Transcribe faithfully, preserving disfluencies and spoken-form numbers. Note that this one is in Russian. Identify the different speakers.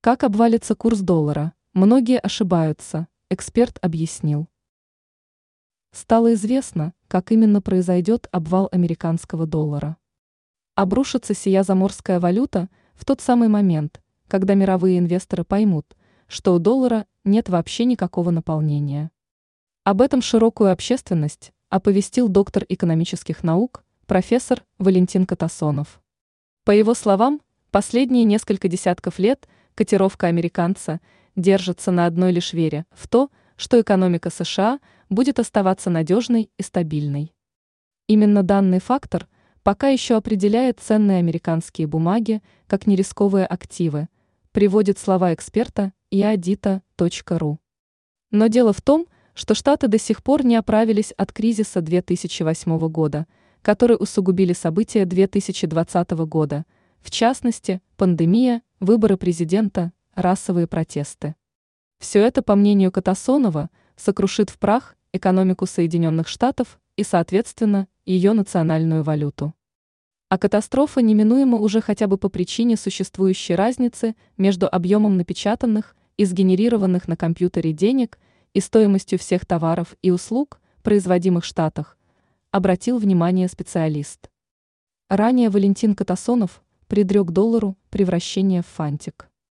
Speaker 1: Как обвалится курс доллара? Многие ошибаются, эксперт объяснил. Стало известно, как именно произойдет обвал американского доллара. Обрушится сия заморская валюта в тот самый момент, когда мировые инвесторы поймут, что у доллара нет вообще никакого наполнения. Об этом широкую общественность оповестил доктор экономических наук, профессор Валентин Катасонов. По его словам, последние несколько десятков лет котировка американца держится на одной лишь вере в то, что экономика США будет оставаться надежной и стабильной. Именно данный фактор пока еще определяет ценные американские бумаги как нерисковые активы, приводит слова эксперта и адита точка ру. Но дело в том, что Штаты до сих пор не оправились от кризиса две тысячи восьмого года, который усугубили события две тысячи двадцатого года, в частности, пандемия, выборы президента, расовые протесты. Все это, по мнению Катасонова, сокрушит в прах экономику Соединенных Штатов и, соответственно, ее национальную валюту. А катастрофа неминуема уже хотя бы по причине существующей разницы между объемом напечатанных и сгенерированных на компьютере денег и стоимостью всех товаров и услуг, производимых в Штатах, обратил внимание специалист. Ранее Валентин Катасонов предрек доллару превращение в фантик.